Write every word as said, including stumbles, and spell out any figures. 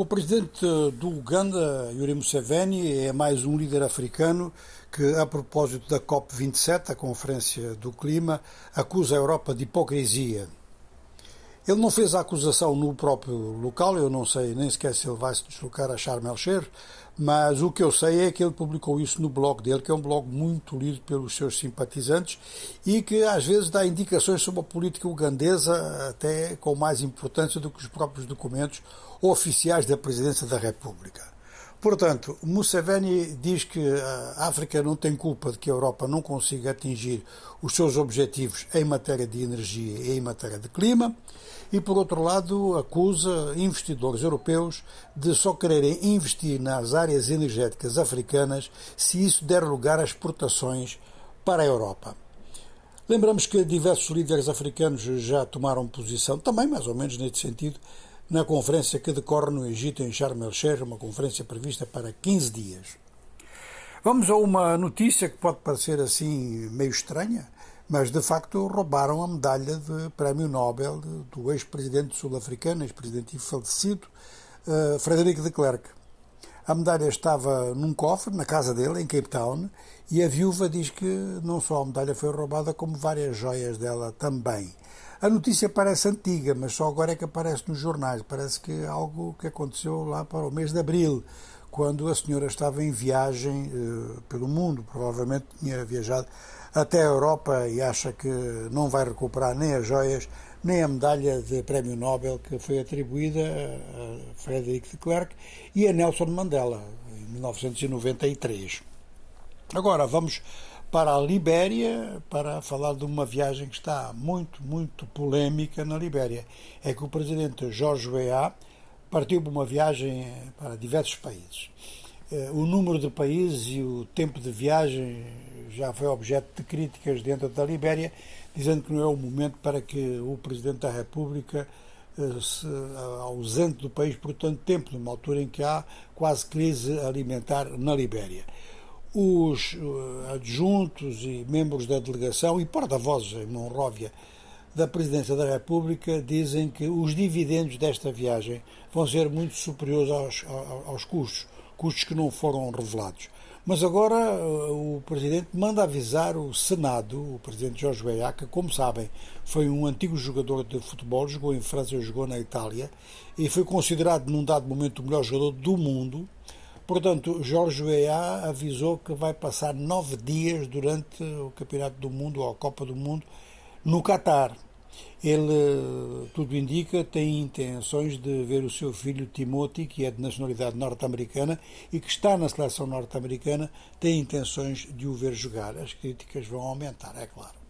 O presidente do Uganda, Yoweri Museveni, é mais um líder africano que, a propósito da COP vinte e sete, a Conferência do Clima, acusa a Europa de hipocrisia. Ele não fez a acusação no próprio local, eu não sei nem sequer se ele vai se deslocar a Sharm el-Sheikh, mas o que eu sei é que ele publicou isso no blog dele, que é um blog muito lido pelos seus simpatizantes e que às vezes dá indicações sobre a política ugandesa até com mais importância do que os próprios documentos oficiais da Presidência da República. Portanto, Museveni diz que a África não tem culpa de que a Europa não consiga atingir os seus objetivos em matéria de energia e em matéria de clima e, por outro lado, acusa investidores europeus de só quererem investir nas áreas energéticas africanas se isso der lugar a exportações para a Europa. Lembramos que diversos líderes africanos já tomaram posição, também mais ou menos neste sentido, na conferência que decorre no Egito, em Sharm el-Sheikh, uma conferência prevista para quinze dias. Vamos a uma notícia que pode parecer assim meio estranha, mas de facto roubaram a medalha de Prémio Nobel do ex-presidente sul-africano, ex-presidente falecido, uh, Frederic de Klerk. A medalha estava num cofre, na casa dele, em Cape Town, e a viúva diz que não só a medalha foi roubada, como várias joias dela também. A notícia parece antiga, mas só agora é que aparece nos jornais. Parece que é algo que aconteceu lá para o mês de abril, quando a senhora estava em viagem eh, pelo mundo. Provavelmente tinha viajado até a Europa e acha que não vai recuperar nem as joias, nem a medalha de Prémio Nobel que foi atribuída a Frederic de Klerk e a Nelson Mandela, em mil novecentos e noventa e três. Agora vamos para a Libéria, para falar de uma viagem que está muito, muito polémica na Libéria. É que o presidente George Weah partiu para uma viagem para diversos países. O número de países e o tempo de viagem já foi objeto de críticas dentro da Libéria, dizendo que não é o momento para que o presidente da República se ausente do país por tanto tempo, numa altura em que há quase crise alimentar na Libéria. Os adjuntos e membros da delegação e porta-vozes em Monróvia da Presidência da República dizem que os dividendos desta viagem vão ser muito superiores aos, aos custos, custos que não foram revelados. Mas agora o Presidente manda avisar o Senado, o Presidente George Weah, que, como sabem, foi um antigo jogador de futebol, jogou em França, jogou na Itália e foi considerado num dado momento o melhor jogador do mundo. Portanto, George Weah avisou que vai passar nove dias durante o Campeonato do Mundo, ou a Copa do Mundo, no Catar. Ele, tudo indica, tem intenções de ver o seu filho Timothy, que é de nacionalidade norte-americana e que está na seleção norte-americana, tem intenções de o ver jogar. As críticas vão aumentar, é claro.